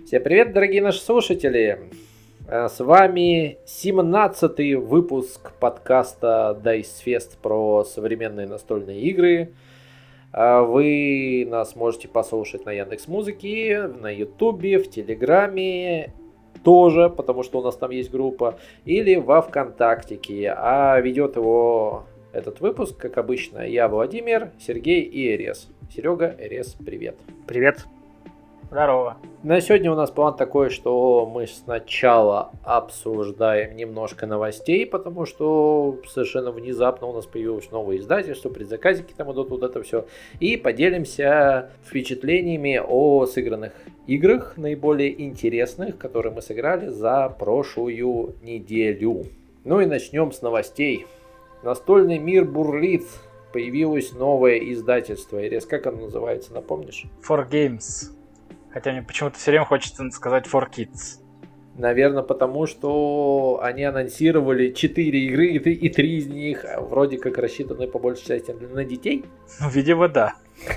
Всем привет, дорогие наши слушатели! С вами 17-й выпуск подкаста Dice Fest про современные настольные игры. Вы нас можете послушать на Яндекс.Музыке, на Ютубе, в Телеграме тоже, потому что у нас там есть группа, или во ВКонтактике. А ведет его этот выпуск, как обычно, я, Владимир, Сергей и Эрес. Серега, Эрес, привет. Привет. Здорово. На сегодня у нас план такой, что мы сначала обсуждаем немножко новостей, потому что совершенно внезапно у нас появилось новое издательство, предзаказики там идут, вот это все. И поделимся впечатлениями о сыгранных играх, наиболее интересных, которые мы сыграли за прошлую неделю. Ну и начнем с новостей. Настольный мир бурлит. Появилось новое издательство. Ирес, как оно называется, напомнишь? 4Games. Хотя мне почему-то все время хочется сказать 4Kids. Наверное, потому что они анонсировали 4 игры, и 3 из них вроде как рассчитаны по большей части на детей. Ну, видимо, да.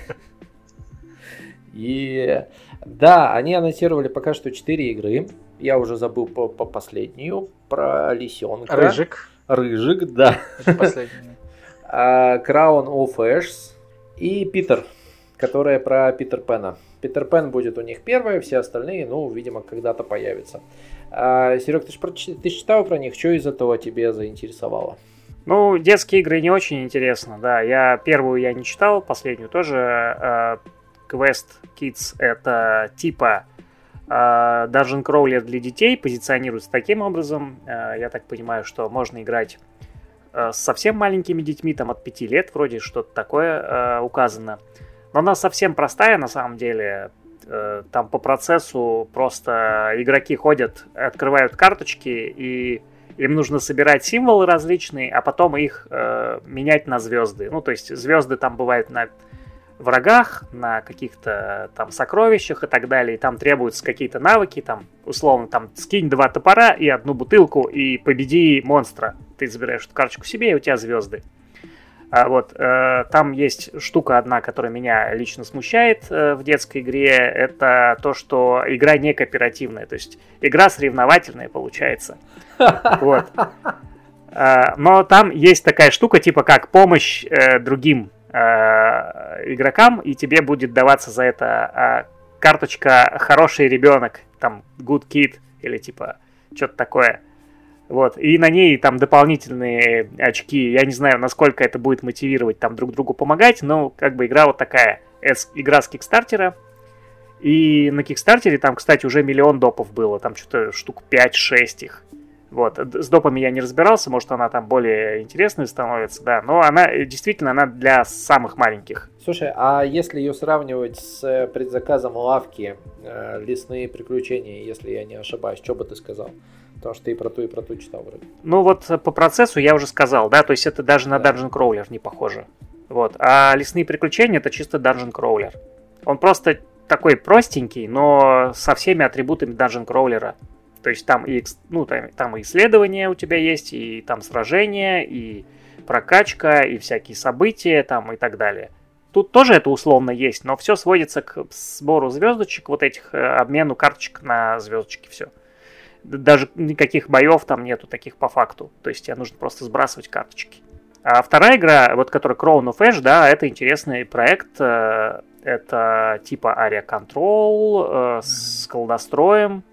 И да, они анонсировали пока что 4 игры. Я уже забыл по последнюю, про лисенка. Рыжик, да. Это последняя. Crown of Ashes и Питер, которая про Питер Пэна. Питер Пэн будет у них первая, все остальные, видимо, когда-то появятся. Серег, ты читал про них? Что из этого тебе заинтересовало? Детские игры не очень интересно, да. Первую я не читал, последнюю тоже. Quest Kids — это типа Dungeon Crawler для детей, позиционируется таким образом. Я так понимаю, что можно играть с совсем маленькими детьми, там от 5 лет вроде, что-то такое указано. Но она совсем простая на самом деле. Там по процессу просто игроки ходят, открывают карточки, и им нужно собирать символы различные, а потом их менять на звезды. То есть звезды там бывают на врагах, на каких-то там сокровищах и так далее. И там требуются какие-то навыки, там условно там скинь 2 топора и 1 бутылку и победи монстра. Ты забираешь эту карточку себе, и у тебя звезды. Там есть штука одна, которая меня лично смущает в детской игре. Это то, что игра не кооперативная. То есть игра соревновательная получается. Но там есть такая штука, типа как помощь другим игрокам, и тебе будет даваться за это карточка «Хороший ребенок», там «Good Kid» или типа что-то такое. И на ней там дополнительные очки. Я не знаю, насколько это будет мотивировать там друг другу помогать, но игра вот такая. Игра с Кикстартера. И на Кикстартере там, кстати, уже 1 миллион допов было. Там что-то штук 5-6 их. С допами я не разбирался, может, она там более интересной становится, да. Но она действительно для самых маленьких. Слушай, а если ее сравнивать с предзаказом лавки «Лесные приключения», если я не ошибаюсь, что бы ты сказал? Потому что ты и про ту читал вроде. По процессу я уже сказал, да, то есть это даже на Dungeon Crawler не похоже. А «Лесные приключения» — это чисто Dungeon Crawler. Он просто такой простенький, но со всеми атрибутами Dungeon Crawler. То есть там и исследования у тебя есть, и там сражения, и прокачка, и всякие события там и так далее. Тут тоже это условно есть, но все сводится к сбору звездочек, обмену карточек на звездочки, все. Даже никаких боев там нету таких по факту. То есть тебе нужно просто сбрасывать карточки. А вторая игра, которая Crown of Ashes, да, это интересный проект. Это типа Area Control с колдостроем.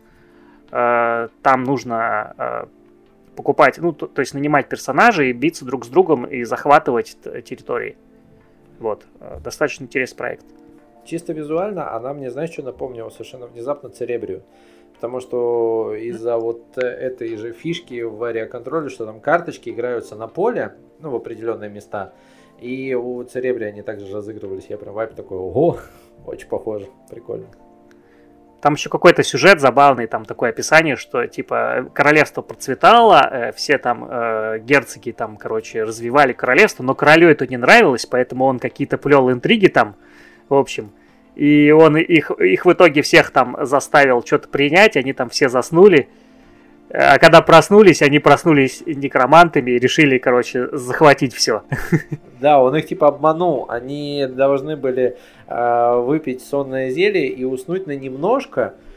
Там нужно покупать, то есть нанимать персонажей, биться друг с другом и захватывать территории. Достаточно интересный проект. Чисто визуально она мне, знаешь, что напомнила совершенно внезапно? Церебрию. Потому что из-за этой же фишки в Area Control, что там карточки играются на поле, в определенные места. И у Церебрии они также разыгрывались. Я прям вайп такой, ого, очень похоже, прикольно. Там еще какой-то сюжет забавный, там такое описание, что типа королевство процветало, все там герцоги там, развивали королевство, но королю это не нравилось, поэтому он какие-то плел интриги там, в общем. И он их в итоге всех там заставил что-то принять, они там все заснули. А когда они проснулись некромантами и решили, захватить все. Да, он их обманул. Они должны были выпить сонное зелье и уснуть на немножко.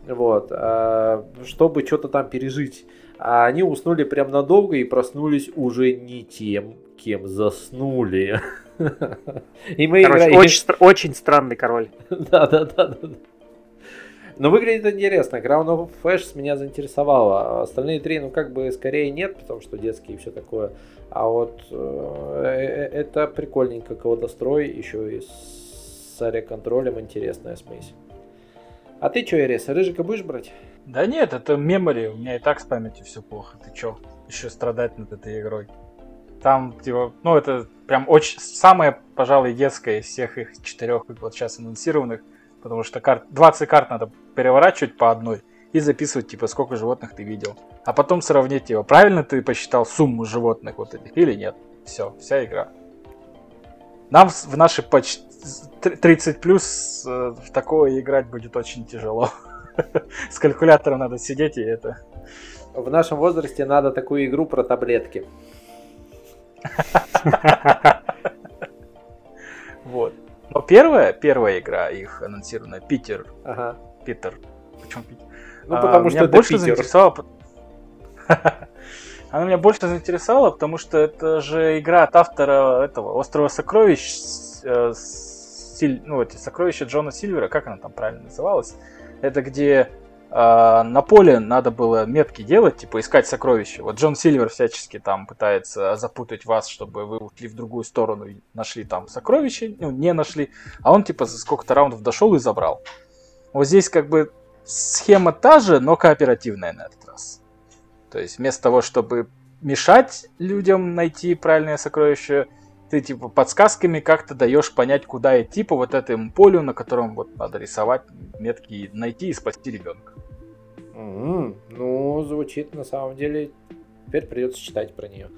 вот, чтобы что-то там пережить. А они уснули прям надолго и проснулись уже не тем, кем заснули. И мы Короче, играем... очень странный король. Да. Но выглядит интересно. Crown of Ashes меня заинтересовало. Остальные три, ну как бы скорее нет, потому что детские и все такое. А вот это прикольненько. Колодострой еще и с ариоконтролем. Интересная смесь. А ты что, Эрес, Рыжика будешь брать? Да нет, это мемори, у меня и так с памятью все плохо. Ты чё, еще страдать над этой игрой? Там, типа, ну это прям очень самая, пожалуй, детская из всех их 4 вот сейчас анонсированных, потому что 20 карт надо переворачивать по одной и записывать, типа, сколько животных ты видел. А потом сравнить его, правильно ты посчитал сумму животных вот этих или нет. Все, вся игра. Нам в наши почти 30 плюс в такое играть будет очень тяжело. С калькулятором надо сидеть и это... В нашем возрасте надо такую игру про таблетки. Вот. Но первая игра их анонсированная, Питер. Ага. Питер. Почему Питер? Ну, потому что меня это больше Питер. заинтересовала... Она меня больше заинтересовала, потому что это же игра от автора этого «Острова сокровищ», ну, эти «Сокровища Джона Сильвера», как она там правильно называлась? Это где на поле надо было метки делать, типа искать сокровища. Вот Джон Сильвер всячески там пытается запутать вас, чтобы вы ушли в другую сторону и нашли там сокровища, ну, не нашли. А он типа за сколько-то раундов дошел и забрал. Вот здесь как бы схема та же, но кооперативная на этот раз. То есть вместо того, чтобы мешать людям найти правильное сокровище, ты типа подсказками как-то даешь понять, куда идти по вот этому полю, на котором вот надо рисовать метки, найти и спасти ребенка. Ну, звучит на самом деле. Теперь придется читать про нее.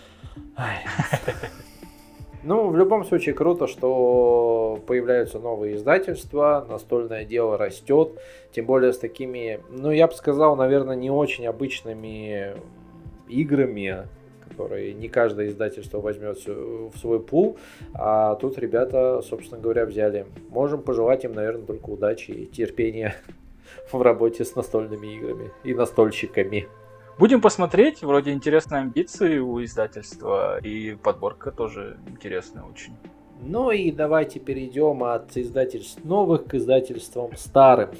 Ну, в любом случае круто, что появляются новые издательства, настольное дело растет, тем более с такими, ну, я бы сказал, наверное, не очень обычными играми, которые не каждое издательство возьмет в свой пул, а тут ребята, собственно говоря, взяли. Можем пожелать им, наверное, только удачи и терпения в работе с настольными играми и настольщиками. Будем посмотреть, вроде интересные амбиции у издательства, и подборка тоже интересная очень. Ну и давайте перейдем от издательств новых к издательствам старым.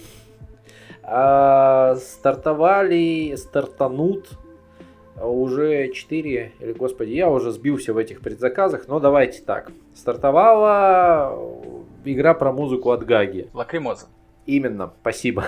Стартанут уже 4, или, господи, я уже сбился в этих предзаказах, но давайте так. Стартовала игра про музыку от Гаги. Лакримоза. Именно, спасибо.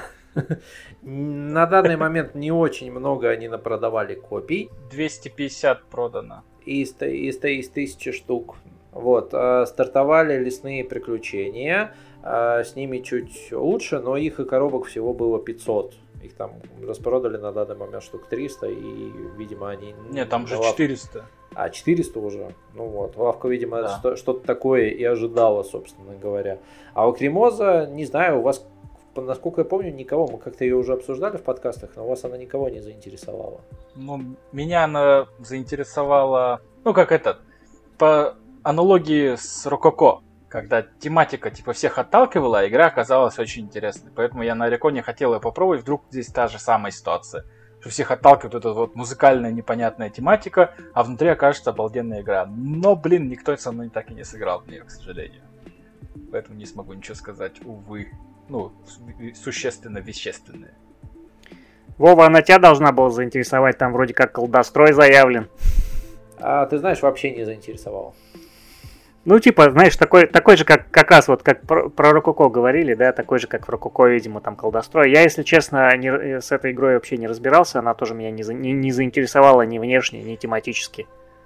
На данный момент не очень много они напродавали копий. 250 продано. Из 1000 штук. Вот, стартовали лесные приключения. С ними чуть лучше, но их и коробок всего было 500. Их там распродали на данный момент штук 300, и, видимо, они... Нет, там же 400. 400 уже? Ну вот, лавка, видимо, Да. что-то такое и ожидала, собственно говоря. А у Кремоза, не знаю, у вас, насколько я помню, никого, мы как-то ее уже обсуждали в подкастах, но у вас она никого не заинтересовала. Ну, меня она заинтересовала, ну, как это, по аналогии с Рококо, когда тематика типа всех отталкивала, а игра оказалась очень интересной. Поэтому я на Ориконе хотел ее попробовать, вдруг здесь та же самая ситуация. Что всех отталкивает эта вот музыкальная непонятная тематика, а внутри окажется обалденная игра. Но, блин, никто со мной так и не сыграл в нее, к сожалению. Поэтому не смогу ничего сказать, увы. Ну, существенно-вещественное. Вова, она тебя должна была заинтересовать, там вроде как колдострой заявлен. А ты знаешь, вообще не заинтересовала. Ну, типа, знаешь, такой же, как раз вот как про Рококо говорили, да, такой же, как в Рококо, видимо, там колдострой. Я, если честно, с этой игрой вообще не разбирался, она тоже меня не заинтересовала ни внешне, ни тематически.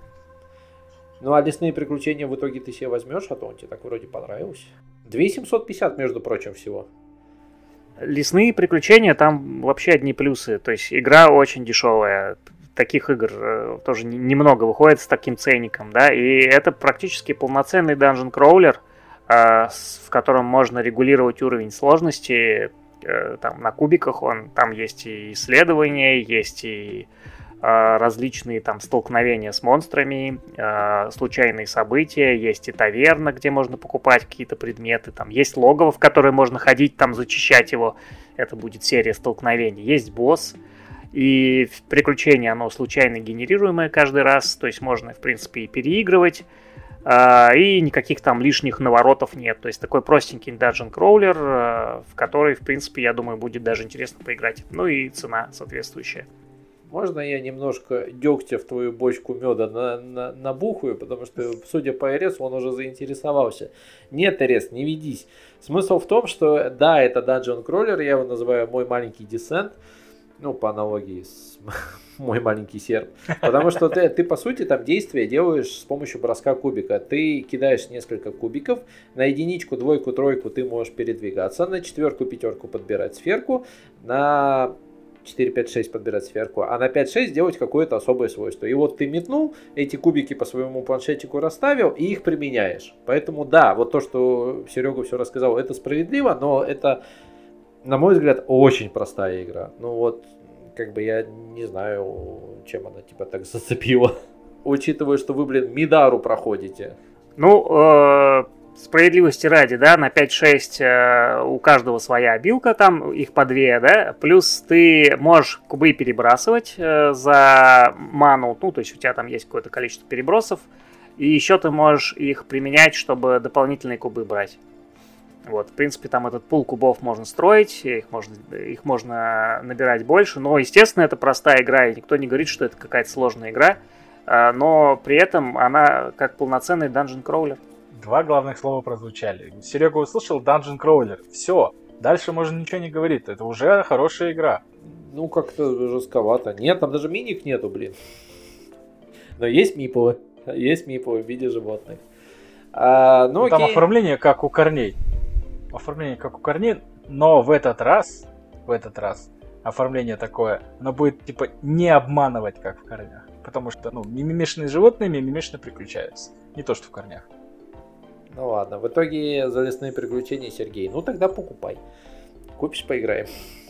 Ну, а лесные приключения в итоге ты себе возьмешь, а то он тебе так вроде понравился. 2750, между прочим, всего. Лесные приключения, там вообще одни плюсы. То есть игра очень дешевая. Таких игр тоже немного выходит с таким ценником, да, и это практически полноценный Dungeon Crawler, в котором можно регулировать уровень сложности, там на кубиках там есть и исследования, есть и различные там столкновения с монстрами, случайные события, есть и таверна, где можно покупать какие-то предметы, там есть логово, в которое можно ходить, там зачищать его, это будет серия столкновений, есть босс, и приключение, оно случайно генерируемое каждый раз, то есть можно, в принципе, и переигрывать, и никаких там лишних наворотов нет, то есть такой простенький dungeon crawler, в который, в принципе, я думаю, будет даже интересно поиграть, ну и цена соответствующая. Можно я немножко дегтя в твою бочку меда набухаю, потому что, судя по Эресу, он уже заинтересовался. Нет, Эрес, не ведись. Смысл в том, что да, это Dungeon Crawler, я его называю мой маленький десент, ну, по аналогии с мой маленький серп. Потому что ты, по сути, там действия делаешь с помощью броска кубика. Ты кидаешь несколько кубиков, на единичку, двойку, тройку ты можешь передвигаться, на четверку, пятерку подбирать сферку, на 4, 5, 6 подбирать сферку, а на 5, 6 делать какое-то особое свойство. И вот ты метнул, эти кубики по своему планшетику расставил и их применяешь. Поэтому да, вот то, что Серега все рассказал, это справедливо, но это, на мой взгляд, очень простая игра. Ну вот, как бы я не знаю, чем она тебя так зацепила. Учитывая, что вы, Мидару проходите. Ну, справедливости ради, да, на 5-6 у каждого своя обилка, там их по 2, да, плюс ты можешь кубы перебрасывать за ману, ну, то есть у тебя там есть какое-то количество перебросов, и еще ты можешь их применять, чтобы дополнительные кубы брать. Вот, в принципе, там этот пул кубов можно строить, их можно набирать больше, но, естественно, это простая игра, и никто не говорит, что это какая-то сложная игра, но при этом она как полноценный dungeon crawler. Два главных слова прозвучали. Серега услышал Dungeon Crawler. Все. Дальше можно ничего не говорить. Это уже хорошая игра. Ну, как-то жестковато. Нет, там даже миник нету, Но есть миплы. Есть миплы в виде животных. Ну, там оформление как у корней. Но в этот раз оформление такое, оно будет, типа, не обманывать, как в корнях. Потому что, мимимишные животные мимимишно приключаются. Не то, что в корнях. Ну ладно, в итоге за лесные приключения, Сергей. Ну тогда покупай. Купишь, поиграем.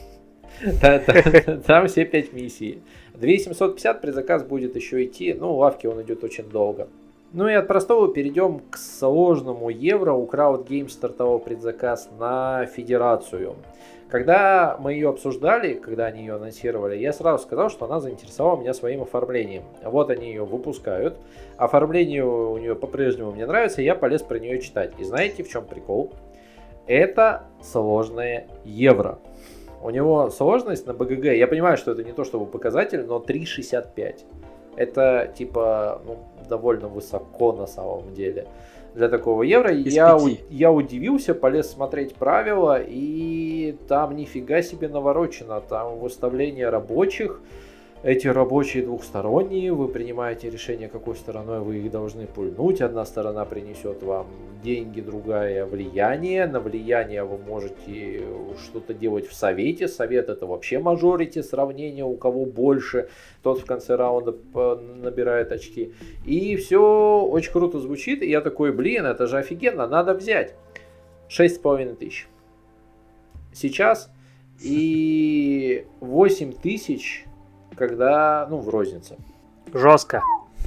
Там все 5 миссий. 2750 предзаказ будет еще идти. Ну, в лавке он идет очень долго. Ну и от простого перейдем к сложному евро. У Crowd Games стартовал предзаказ на Федерацию. Когда мы ее обсуждали, когда они ее анонсировали, я сразу сказал, что она заинтересовала меня своим оформлением. Вот они ее выпускают. Оформление у нее по-прежнему мне нравится, я полез про нее читать. И знаете, в чем прикол? Это сложное евро. У него сложность на БГГ, я понимаю, что это не то чтобы показатель, но 3.65. Это типа довольно высоко на самом деле. Для такого евро я удивился, полез смотреть правила, и там нифига себе наворочено. Там выставление рабочих. Эти рабочие двухсторонние, вы принимаете решение, какой стороной вы их должны пульнуть. Одна сторона принесет вам деньги, другая влияние. На влияние вы можете что-то делать в совете. Совет — это вообще мажорити, сравнение, у кого больше, тот в конце раунда набирает очки. И все очень круто звучит. И я такой, это же офигенно, надо взять. 6500 сейчас и 8000 когда, в рознице. Жестко.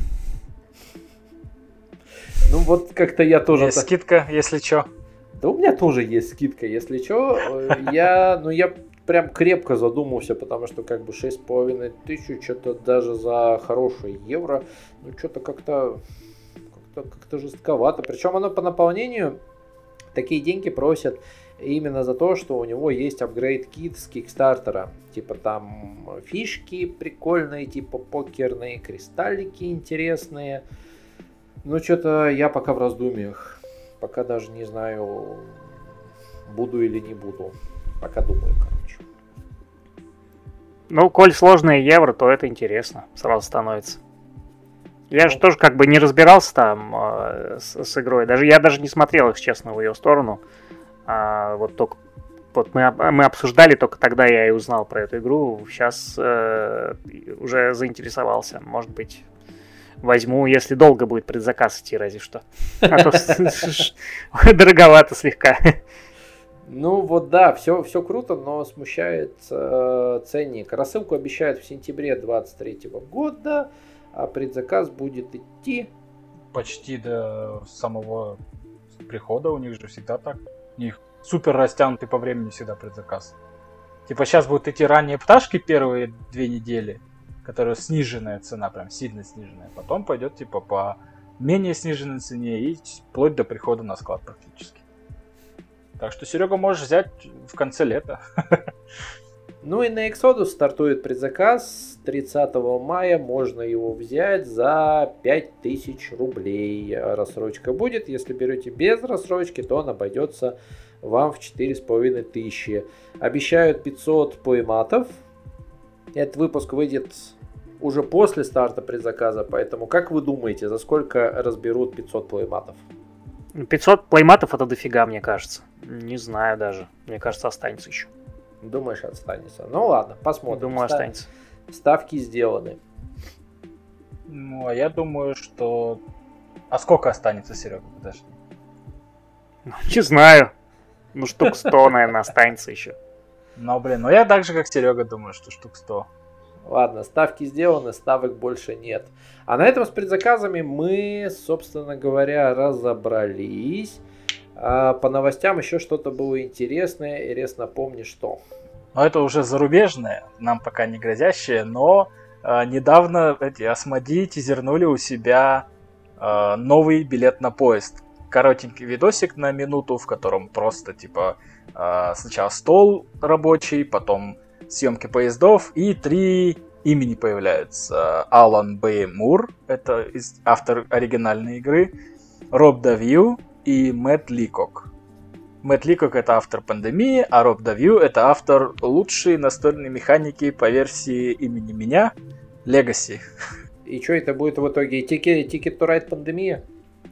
Ну вот как-то я тоже... Есть скидка, если чё. Да у меня тоже есть скидка, если чё. Я прям крепко задумался, потому что 6500, что-то даже за хорошее евро, что-то как-то жестковато. Причем оно по наполнению такие деньги просят именно за то, что у него есть апгрейд-кит с Кикстартера. Типа там фишки прикольные, типа покерные, кристаллики интересные. Что-то я пока в раздумьях. Пока даже не знаю, буду или не буду. Пока думаю, коль сложное евро, то это интересно сразу становится. Я же тоже не разбирался там с игрой. Я даже не смотрел, если честно, в ее сторону. Мы обсуждали, только тогда я и узнал про эту игру. Сейчас уже заинтересовался. Может быть, возьму, если долго будет предзаказ идти, разве что. А то дороговато слегка. Ну вот да, все круто, но смущает ценник. Рассылку обещают в сентябре 2023 года, а предзаказ будет идти... Почти до самого прихода, у них же всегда так. У них супер растянутый по времени всегда предзаказ. Типа сейчас будут идти ранние пташки первые 2 недели, которые сниженная цена, прям сильно сниженная. Потом пойдет типа по менее сниженной цене и вплоть до прихода на склад практически. Так что, Серега, можешь взять в конце лета. Ну и на Exodus стартует предзаказ 30 мая. Можно его взять за 5000 рублей. Рассрочка будет. Если берете без рассрочки, то он обойдется вам в 4500. Обещают 500 плейматов. Этот выпуск выйдет уже после старта предзаказа. Поэтому, как вы думаете, за сколько разберут 500 плейматов? 500 плейматов это дофига, мне кажется. Не знаю даже. Мне кажется, останется еще. Думаешь, останется? Ну ладно, посмотрим. Думаю, останется. Ставки сделаны. Ну, а я думаю, что... А сколько останется, Серега? Подожди. Не знаю. Ну, штук 100, наверное, останется еще. Ну, блин, ну я так же, как Серега, думаю, что штук 100. Ладно, ставки сделаны, ставок больше нет. А на этом с предзаказами мы, собственно говоря, разобрались. А по новостям еще что-то было интересное. Ирес, напомни, что. Ну, это уже зарубежное, нам пока не грозящее, но недавно Asmodee тизернули у себя новый билет на поезд. Коротенький видосик на минуту, в котором просто типа сначала стол рабочий, потом съемки поездов и 3 имени появляются. Алан Б. Мур, это автор оригинальной игры, Роб Давью и Мэтт Ликок. Мэтт Ликок это автор Пандемии, а Роб Давью это автор лучшей настольной механики по версии имени меня, Legacy. И что это будет в итоге? Ticket to Ride Пандемия?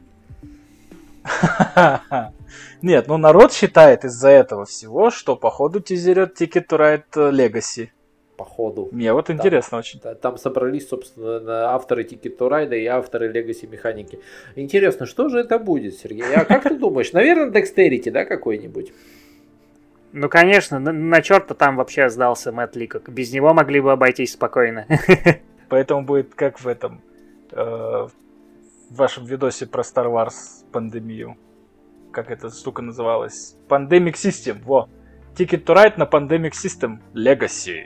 Нет, ну народ считает из-за этого всего, что походу тизерет Ticket to Ride Legacy. Походу. Мне вот интересно очень. Там собрались, собственно, авторы Ticket to Ride и авторы Legacy механики. Интересно, что же это будет, Сергей? А как ты думаешь? Наверное, Dexterity, да, какой-нибудь? Ну, конечно, на черта там вообще сдался Мэтт Ликок. Без него могли бы обойтись спокойно. Поэтому будет как в этом, в вашем видосе про Star Wars пандемию. Как эта штука называлась? Pandemic System, во. Ticket to Ride на Pandemic System Legacy.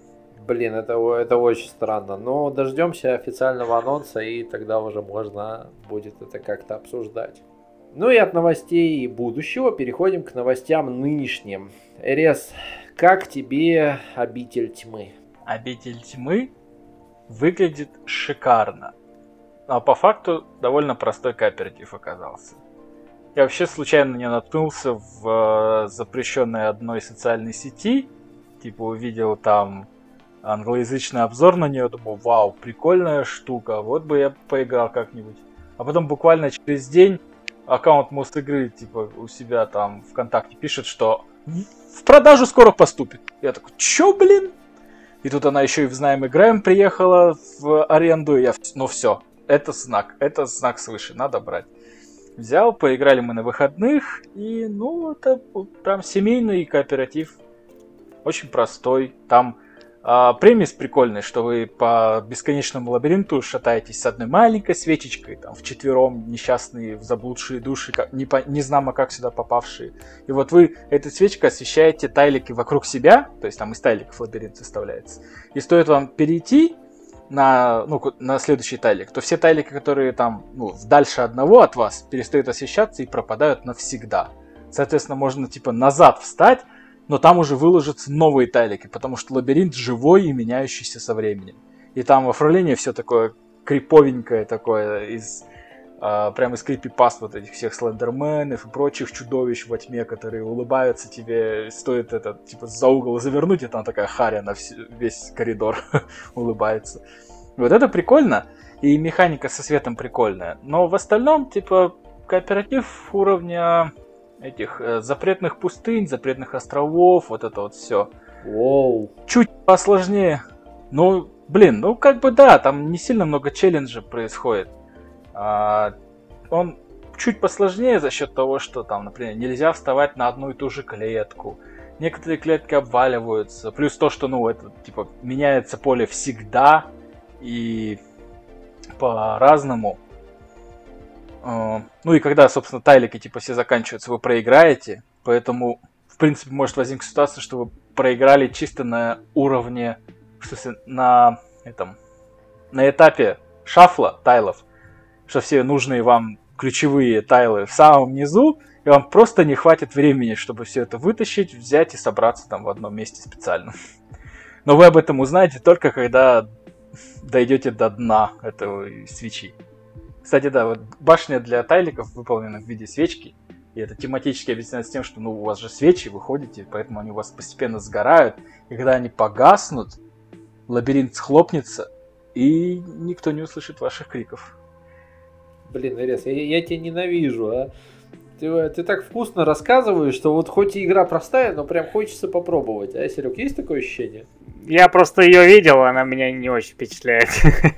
Блин, это очень странно. Но дождемся официального анонса, и тогда уже можно будет это как-то обсуждать. Ну и от новостей будущего переходим к новостям нынешним. Эрес, как тебе Обитель Тьмы? Обитель Тьмы выглядит шикарно. А по факту довольно простой кооператив оказался. Я вообще случайно не наткнулся в запрещенной одной социальной сети. Типа увидел там англоязычный обзор на нее, думал, вау, прикольная штука, вот бы я поиграл как-нибудь. А потом буквально через день аккаунт Мосигры типа у себя там ВКонтакте пишет, что в продажу скоро поступит. Я такой, чё, блин? И тут она еще и в Знаем Играем приехала в аренду, и я, ну все, это знак свыше, надо брать. Взял, поиграли мы на выходных, и ну это прям семейный кооператив, очень простой, там премис прикольный, что вы по бесконечному лабиринту шатаетесь с одной маленькой свечечкой, там, вчетвером несчастные, заблудшие души, не знамо как сюда попавшие. И вот вы этой свечкой освещаете тайлики вокруг себя, то есть там из тайликов лабиринт составляется. И стоит вам перейти на следующий тайлик, то все тайлики, которые там дальше одного от вас, перестают освещаться и пропадают навсегда. Соответственно, можно типа назад встать, но там уже выложатся новые тайлики, потому что лабиринт живой и меняющийся со временем. И там оформление все такое криповенькое, такое прямо из крипипаст вот этих всех слендерменов и прочих чудовищ во тьме, которые улыбаются тебе, стоит это типа за угол завернуть, и там такая харя на весь коридор улыбается. Вот это прикольно, и механика со светом прикольная. Но в остальном, типа, кооператив уровня этих запретных пустынь, запретных островов, вот это вот все. Воу. Чуть посложнее. Ну, блин, как бы да, там не сильно много челленджей происходит. Он чуть посложнее за счет того, что там, например, нельзя вставать на одну и ту же клетку. Некоторые клетки обваливаются. Плюс то, что, ну, это, типа, меняется поле всегда и по-разному. Ну и когда, собственно, тайлики, типа, все заканчиваются, вы проиграете. Поэтому, в принципе, может возникнуть ситуация, что вы проиграли чисто на уровне, в смысле, на этапе шафла тайлов, что все нужные вам ключевые тайлы в самом низу, и вам просто не хватит времени, чтобы все это вытащить, взять и собраться там в одном месте специально. Но вы об этом узнаете только когда дойдете до дна этой свечи. Кстати, да, вот башня для тайликов выполнена в виде свечки, и это тематически объясняется тем, что, ну, у вас же свечи, вы ходите, поэтому они у вас постепенно сгорают, и когда они погаснут, лабиринт схлопнется, и никто не услышит ваших криков. Блин, Ирес, я тебя ненавижу, а. Ты так вкусно рассказываешь, что вот хоть и игра простая, но прям хочется попробовать. А, Серег, есть такое ощущение? Я просто ее видел, она меня не очень впечатляет.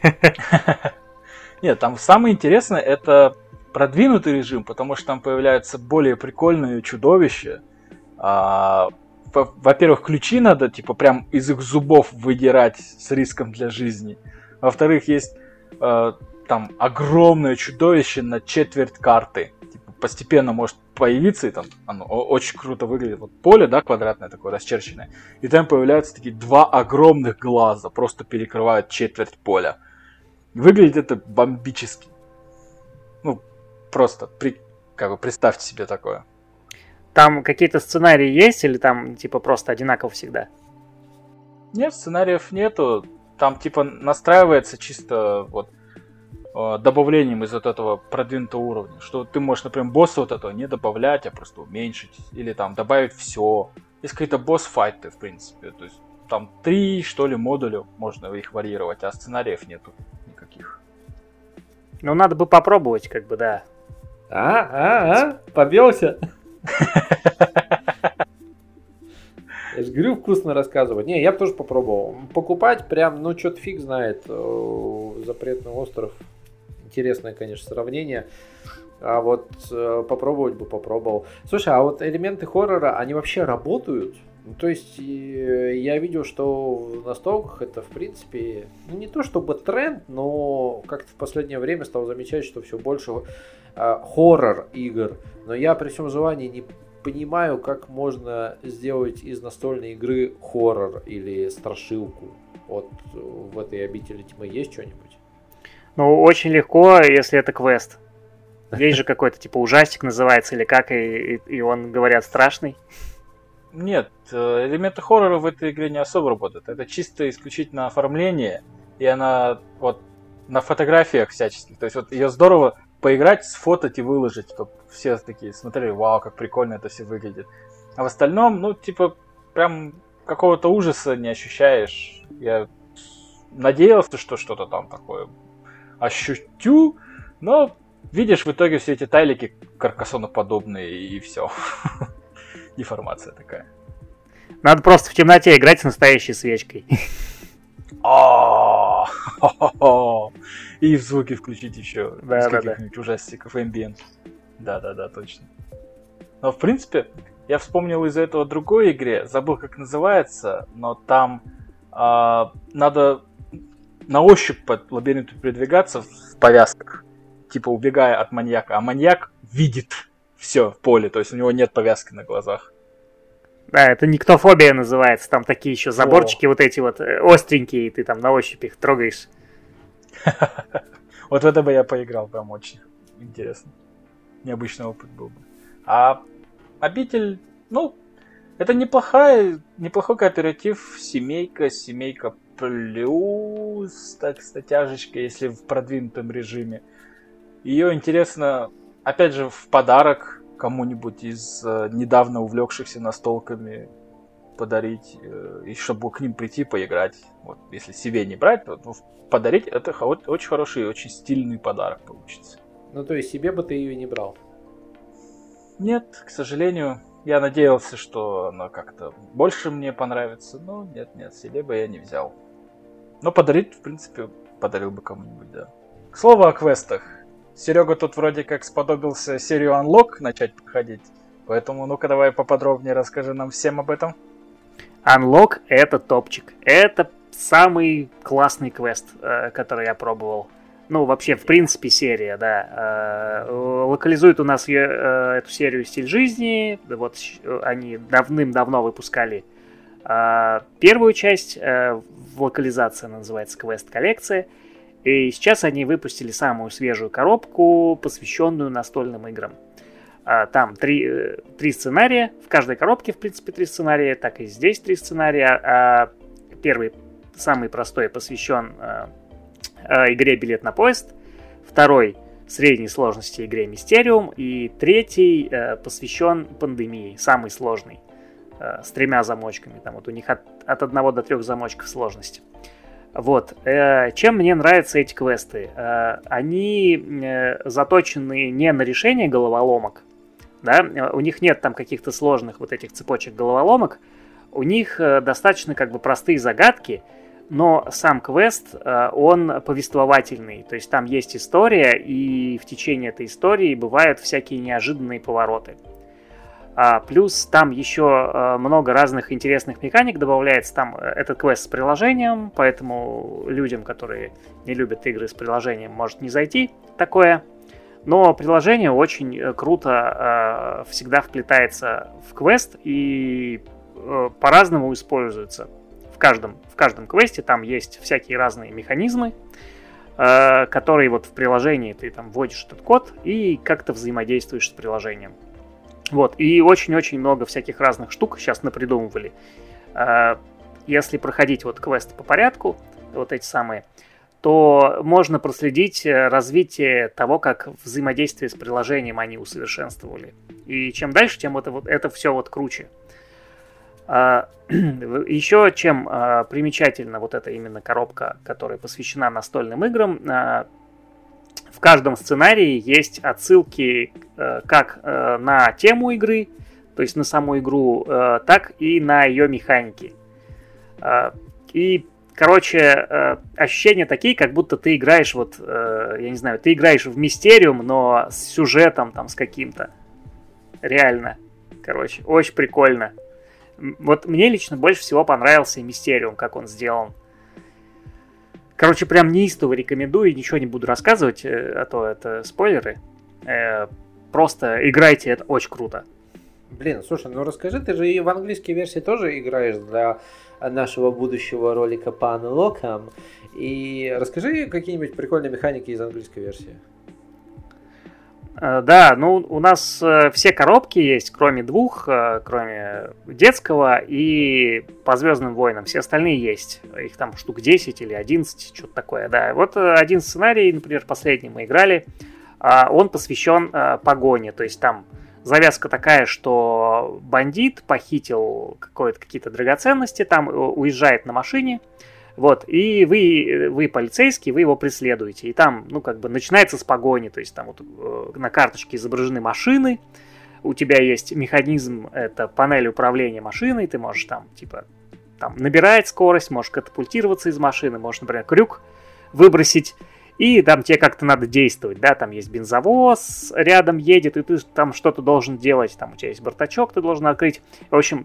Нет, там самое интересное это продвинутый режим, потому что там появляются более прикольные чудовища. Во-первых, ключи надо, типа, прям из их зубов выдирать с риском для жизни. Во-вторых, есть там огромное чудовище на четверть карты. Типа, постепенно может появиться, и там оно очень круто выглядит. Вот поле, да, квадратное такое, расчерченное. И там появляются такие два огромных глаза, просто перекрывают четверть поля. Выглядит это бомбически. Ну, просто, как бы представьте себе такое. Там какие-то сценарии есть или там типа просто одинаково всегда? Нет, сценариев нету. Там типа настраивается чисто вот добавлением из вот этого продвинутого уровня. Что ты можешь, например, босса вот этого не добавлять, а просто уменьшить. Или там добавить все. Есть какие-то босс-файты, в принципе. То есть там 3, что ли, модуля, можно их варьировать, а сценариев нету никаких. Ну, надо бы попробовать, как бы, да. Побелся? Я же говорю, вкусно рассказывать. Не, я бы тоже попробовал. Покупать прям, ну, что-то фиг знает. Запретный остров. Интересное, конечно, сравнение. А вот попробовать бы попробовал. Слушай, а вот элементы хоррора, они вообще работают? Ну, то есть, я видел, что в настолках это, в принципе, ну, не то чтобы тренд, но как-то в последнее время стал замечать, что все больше хоррор игр. Но я при всем желании не понимаю, как можно сделать из настольной игры хоррор или страшилку. Вот в этой обители тьмы есть что-нибудь? Ну, очень легко, если это квест. Есть же какой-то, типа, ужастик называется, или как, и он, говорят, страшный. Нет, элементы хоррора в этой игре не особо работают. Это чисто исключительно оформление, и она вот на фотографиях всяческих. То есть вот ее здорово поиграть, сфотать и выложить, чтобы все такие смотрели, вау, как прикольно это все выглядит. А в остальном, ну, типа, прям какого-то ужаса не ощущаешь. Я надеялся, что что-то там такое ощутю, но видишь в итоге все эти тайлики каркасоноподобные и все. Деформация такая. Надо просто в темноте играть с настоящей свечкой. И в звуки включить еще из каких-нибудь ужастиков, ambient. Да, точно. Но в принципе, я вспомнил из-за этого другой игре, забыл как называется, но там надо на ощупь по лабиринту передвигаться в повязках, типа убегая от маньяка, а маньяк видит все в поле, то есть у него нет повязки на глазах. Да, это никтофобия называется, там такие еще заборчики вот эти вот остренькие, и ты там на ощупь их трогаешь. Вот в это бы я поиграл, прям очень интересно. Необычный опыт был бы. А обитель, ну, это неплохой кооператив, семейка плюс, так, с натяжечкой, если в продвинутом режиме. Ее интересно, опять же, в подарок кому-нибудь из недавно увлекшихся настолками подарить, и чтобы к ним прийти поиграть. Вот, если себе не брать, то подарить, это очень хороший и очень стильный подарок получится. Ну, то есть себе бы ты ее не брал? Нет, к сожалению. Я надеялся, что она как-то больше мне понравится, но нет, себе бы я не взял. Но подарить, в принципе, подарил бы кому-нибудь, да. К слову о квестах. Серега тут вроде как сподобился серию Unlock начать проходить. Поэтому ну-ка давай поподробнее расскажи нам всем об этом. Unlock — это топчик. Это самый классный квест, который я пробовал. Ну, вообще, в принципе, серия, да. Локализует у нас эту серию «Стиль жизни». Вот они давным-давно выпускали первую часть. В локализации она называется «Квест-коллекция». И сейчас они выпустили самую свежую коробку, посвященную настольным играм. Там три сценария. В каждой коробке, в принципе, 3 сценария. Так и здесь 3 сценария. Первый, самый простой, посвящен игре «Билет на поезд». Второй — средней сложности игре «Мистериум». И третий посвящен пандемии, самый сложный, с 3 замочками. Там вот у них от 1 до 3 замочков сложности. Вот. Чем мне нравятся эти квесты? Они заточены не на решение головоломок, да? У них нет там каких-то сложных вот этих цепочек головоломок, у них достаточно как бы простые загадки, но сам квест, он повествовательный, то есть там есть история, и в течение этой истории бывают всякие неожиданные повороты. Плюс там еще много разных интересных механик добавляется. Там этот квест с приложением, поэтому людям, которые не любят игры с приложением, может не зайти такое. Но приложение очень круто всегда вплетается в квест и по-разному используется. В каждом квесте там есть всякие разные механизмы, которые вот в приложении ты там вводишь этот код и как-то взаимодействуешь с приложением. Вот, и очень-очень много всяких разных штук сейчас напридумывали. Если проходить вот квесты по порядку, вот эти самые, то можно проследить развитие того, как взаимодействие с приложением они усовершенствовали. И чем дальше, тем это все вот круче. Еще чем примечательна вот эта именно коробка, которая посвящена настольным играм, в каждом сценарии есть отсылки как на тему игры, то есть на саму игру, так и на ее механики. И, короче, ощущения такие, как будто ты играешь, вот, я не знаю, ты играешь в Мистериум, но с сюжетом там, с каким-то. Реально. Короче, очень прикольно. Вот мне лично больше всего понравился Мистериум, как он сделан. Короче, прям неистово рекомендую, ничего не буду рассказывать, а то это спойлеры. Просто играйте, это очень круто. Блин, слушай, ну расскажи, ты же и в английской версии тоже играешь для нашего будущего ролика по анлокам. И расскажи какие-нибудь прикольные механики из английской версии. Да, ну у нас все коробки есть, кроме 2, кроме детского и по Звездным войнам. Все остальные есть. Их там штук 10 или 11, что-то такое. Да, вот один сценарий, например, последний мы играли, он посвящен погоне. То есть там завязка такая, что бандит похитил какие-то драгоценности, там уезжает на машине. Вот, и вы полицейский, вы его преследуете. И там, ну, как бы начинается с погони. То есть там вот на карточке изображены машины. У тебя есть механизм, это панель управления машиной. Ты можешь там, типа, там набирать скорость, можешь катапультироваться из машины, можешь, например, крюк выбросить. И там тебе как-то надо действовать, да, там есть бензовоз, рядом едет, и ты там что-то должен делать. Там у тебя есть бардачок, ты должен открыть. В общем,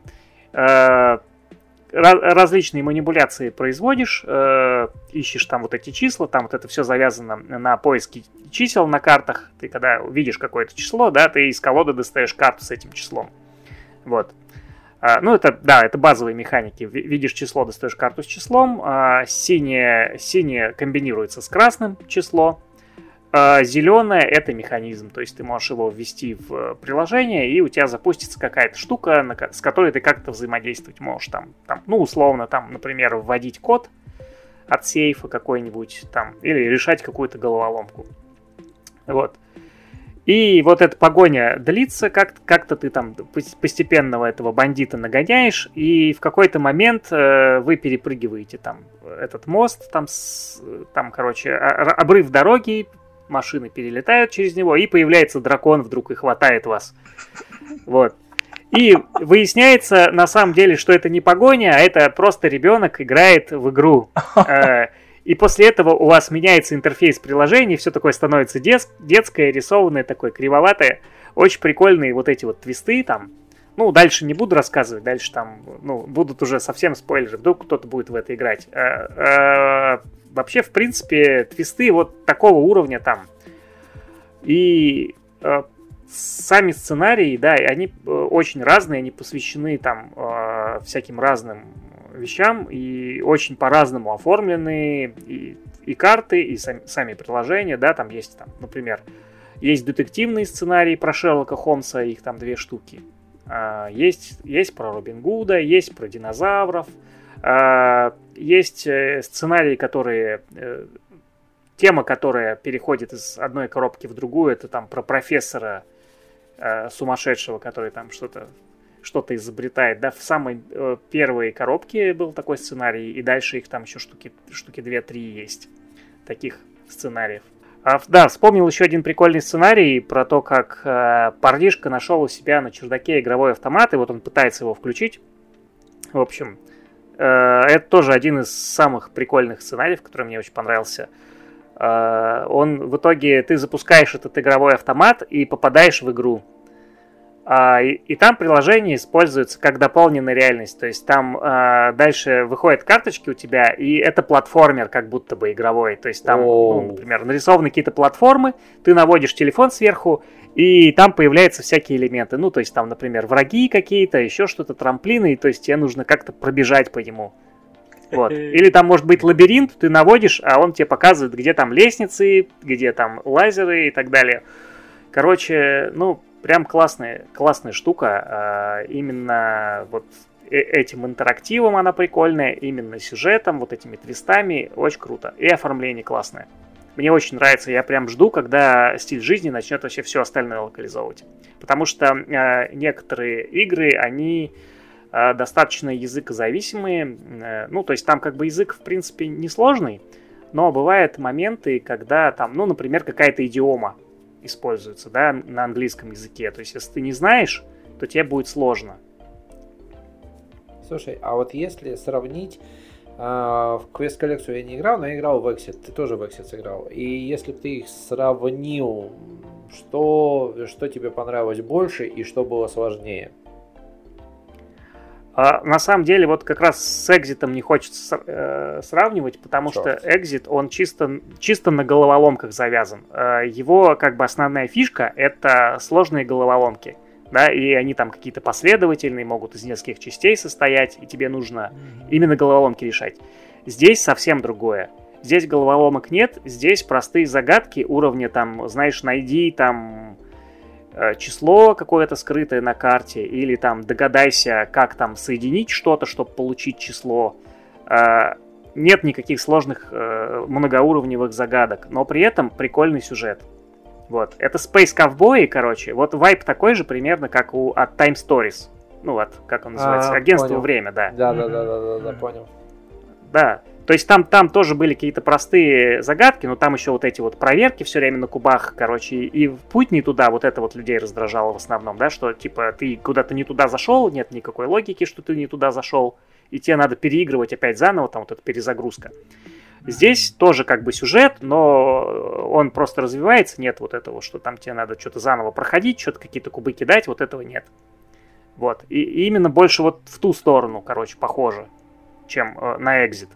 различные манипуляции производишь, ищешь там вот эти числа, там вот это все завязано на поиске чисел на картах. Ты когда видишь какое-то число, да, ты из колоды достаешь карту с этим числом. Вот. Ну, это, да, это базовые механики. Видишь число, достаешь карту с числом, синее комбинируется с красным число, зеленое — это механизм, то есть ты можешь его ввести в приложение, и у тебя запустится какая-то штука, с которой ты как-то взаимодействовать можешь. Там, ну, условно, там, например, вводить код от сейфа какой-нибудь, там, или решать какую-то головоломку. Вот. И вот эта погоня длится, как-то ты там постепенно этого бандита нагоняешь, и в какой-то момент вы перепрыгиваете там этот мост, там короче, обрыв дороги, машины перелетают через него, и появляется дракон вдруг и хватает вас. Вот. И выясняется на самом деле, что это не погоня, а это просто ребенок играет в игру. и после этого у вас меняется интерфейс приложения, все такое становится детское, рисованное, такое кривоватое. Очень прикольные вот эти вот твисты там. Ну, дальше не буду рассказывать, дальше там, ну, будут уже совсем спойлеры, вдруг кто-то будет в это играть. Вообще, в принципе, твисты вот такого уровня там. И сами сценарии, да, они очень разные, они посвящены там всяким разным вещам и очень по-разному оформлены и карты, и сами приложения, да, там есть, там, например, есть детективные сценарии про Шерлока Холмса, их там 2 штуки. Есть про Робин Гуда, есть про динозавров, есть сценарии, которые... Тема, которая переходит из одной коробки в другую, это там про профессора сумасшедшего, который там что-то изобретает. Да, в самой первой коробке был такой сценарий, и дальше их там еще штуки 2-3 есть. Таких сценариев. Да, вспомнил еще один прикольный сценарий про то, как парнишка нашел у себя на чердаке игровой автомат, и вот он пытается его включить. В общем, это тоже один из самых прикольных сценариев, который мне очень понравился. Он в итоге, ты запускаешь этот игровой автомат и попадаешь в игру. И там приложение используется как дополненная реальность. То есть там дальше выходят карточки у тебя, и это платформер как будто бы игровой. То есть там, ну, например, нарисованы какие-то платформы, ты наводишь телефон сверху, и там появляются всякие элементы. Ну, то есть там, например, враги какие-то, еще что-то, трамплины, и то есть тебе нужно как-то пробежать по нему. Вот. Или там может быть лабиринт, ты наводишь, а он тебе показывает, где там лестницы, где там лазеры и так далее. Короче, ну, прям классная штука. Именно вот этим интерактивом она прикольная, именно сюжетом, вот этими твистами. Очень круто. И оформление классное. Мне очень нравится, я прям жду, когда стиль жизни начнет вообще все остальное локализовывать. Потому что некоторые игры, они... достаточно языкозависимые. Ну, то есть там как бы язык, в принципе, несложный, но бывают моменты, когда там, ну, например, какая-то идиома используется, да, на английском языке. То есть если ты не знаешь, то тебе будет сложно. Слушай, а вот если сравнить, в квест-коллекцию я не играл, но я играл в Exit, ты тоже в Exit сыграл. И если бы ты их сравнил, что тебе понравилось больше и что было сложнее? На самом деле, вот как раз с Exit'ом не хочется сравнивать, потому что Exit, он чисто на головоломках завязан. Его как бы основная фишка — это сложные головоломки. Да, и они там какие-то последовательные, могут из нескольких частей состоять, и тебе нужно именно головоломки решать. Здесь совсем другое. Здесь головоломок нет, здесь простые загадки уровня, там, знаешь, найди там... число какое-то скрытое на карте, или там догадайся, как там соединить что-то, чтобы получить число. Нет никаких сложных многоуровневых загадок, но при этом прикольный сюжет. Вот. Это Space Cowboy, короче. Вот вайб такой же примерно, как от Time Stories. Ну вот, как он называется? Агентство понял. Время, да. Да, понял. Да. То есть там тоже были какие-то простые загадки, но там еще вот эти вот проверки все время на кубах, короче, и путь не туда, вот это вот людей раздражало в основном, да, что типа ты куда-то не туда зашел, нет никакой логики, что ты не туда зашел, и тебе надо переигрывать опять заново, там вот эта перезагрузка. Здесь тоже как бы сюжет, но он просто развивается, нет вот этого, что там тебе надо что-то заново проходить, что-то какие-то кубы кидать, вот этого нет. Вот, и именно больше вот в ту сторону, короче, похоже, чем на Exit.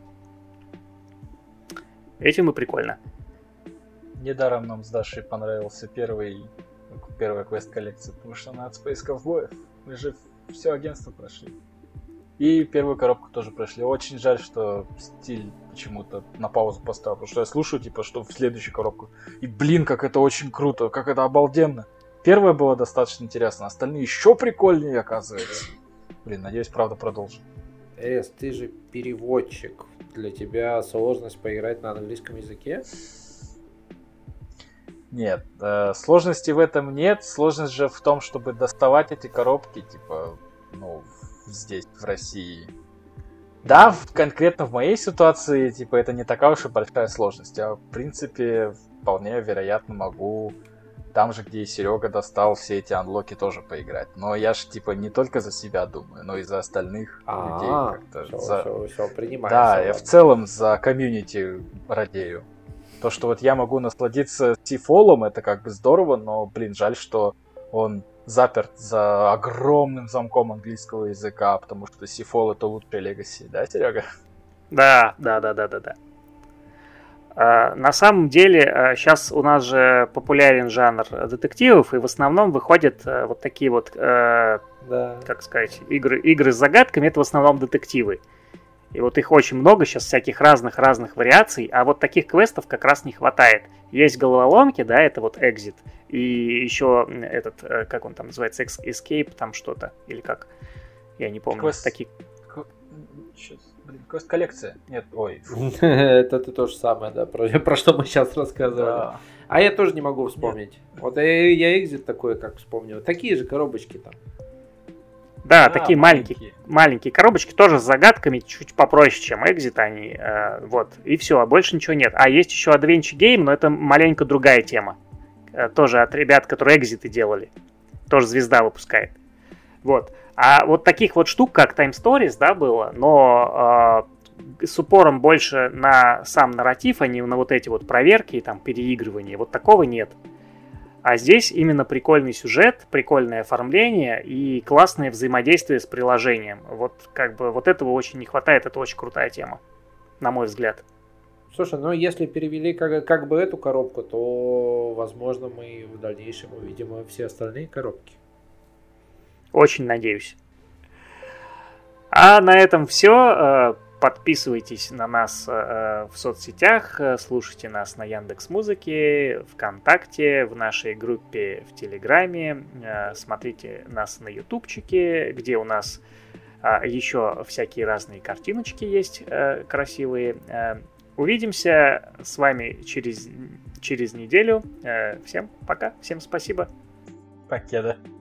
Этим и прикольно. Недаром нам с Дашей понравился первая квест-коллекция, потому что она от Space Cowboys. Мы же все агентство прошли. И первую коробку тоже прошли. Очень жаль, что стиль почему-то на паузу поставил, потому что я слушаю, типа, что в следующую коробку. И, блин, как это очень круто, как это обалденно. Первая была достаточно интересна, остальные еще прикольнее, оказывается. Блин, надеюсь, правда продолжим. Эрес, ты же переводчик. Для тебя сложность поиграть на английском языке? Нет, сложности в этом нет. Сложность же в том, чтобы доставать эти коробки, типа, ну, здесь, в России. Да, конкретно в моей ситуации, типа, это не такая уж и большая сложность. Я, в принципе, вполне вероятно могу там же, где и Серега достал все эти анлоки тоже поиграть. Но я ж типа не только за себя думаю, но и за остальных людей как-то. Все, принимаю. Да, я в целом за комьюнити радею. То, что вот я могу насладиться Сифолом, это как бы здорово, но, блин, жаль, что он заперт за огромным замком английского языка, потому что Сифол это лучшая легаси, да, Серега? Да. На самом деле, сейчас у нас же популярен жанр детективов, и в основном выходят вот такие вот, как сказать, игры с загадками, это в основном детективы. И вот их очень много сейчас, всяких разных вариаций, а вот таких квестов как раз не хватает. Есть головоломки, да, это вот Exit, и еще этот, как он там называется, Escape, там что-то, или как, я не помню. Такие... Квест-коллекция. Нет, ой. Это то же самое, да, про что мы сейчас рассказывали. Да. А я тоже не могу вспомнить. Нет. Вот я Exit такой, как вспомнил. Такие же коробочки там. Да, такие маленькие коробочки, тоже с загадками, чуть попроще, чем Exit они. Вот, и все, больше ничего нет. А есть еще Adventure Game, но это маленько другая тема. Тоже от ребят, которые Exit делали. Тоже Звезда выпускает. Вот. А вот таких вот штук, как Time Stories, да, было, но с упором больше на сам нарратив, а не на вот эти вот проверки и там переигрывания, вот такого нет. А здесь именно прикольный сюжет, прикольное оформление и классное взаимодействие с приложением. Вот как бы вот этого очень не хватает, это очень крутая тема, на мой взгляд. Слушай, ну если перевели как бы эту коробку, то, возможно, мы в дальнейшем увидим все остальные коробки. Очень надеюсь. А на этом все. Подписывайтесь на нас в соцсетях, слушайте нас на Яндекс.Музыке, ВКонтакте, в нашей группе в Телеграме, смотрите нас на Ютубчике, где у нас еще всякие разные картиночки есть красивые. Увидимся с вами через неделю. Всем пока, всем спасибо. Покеда.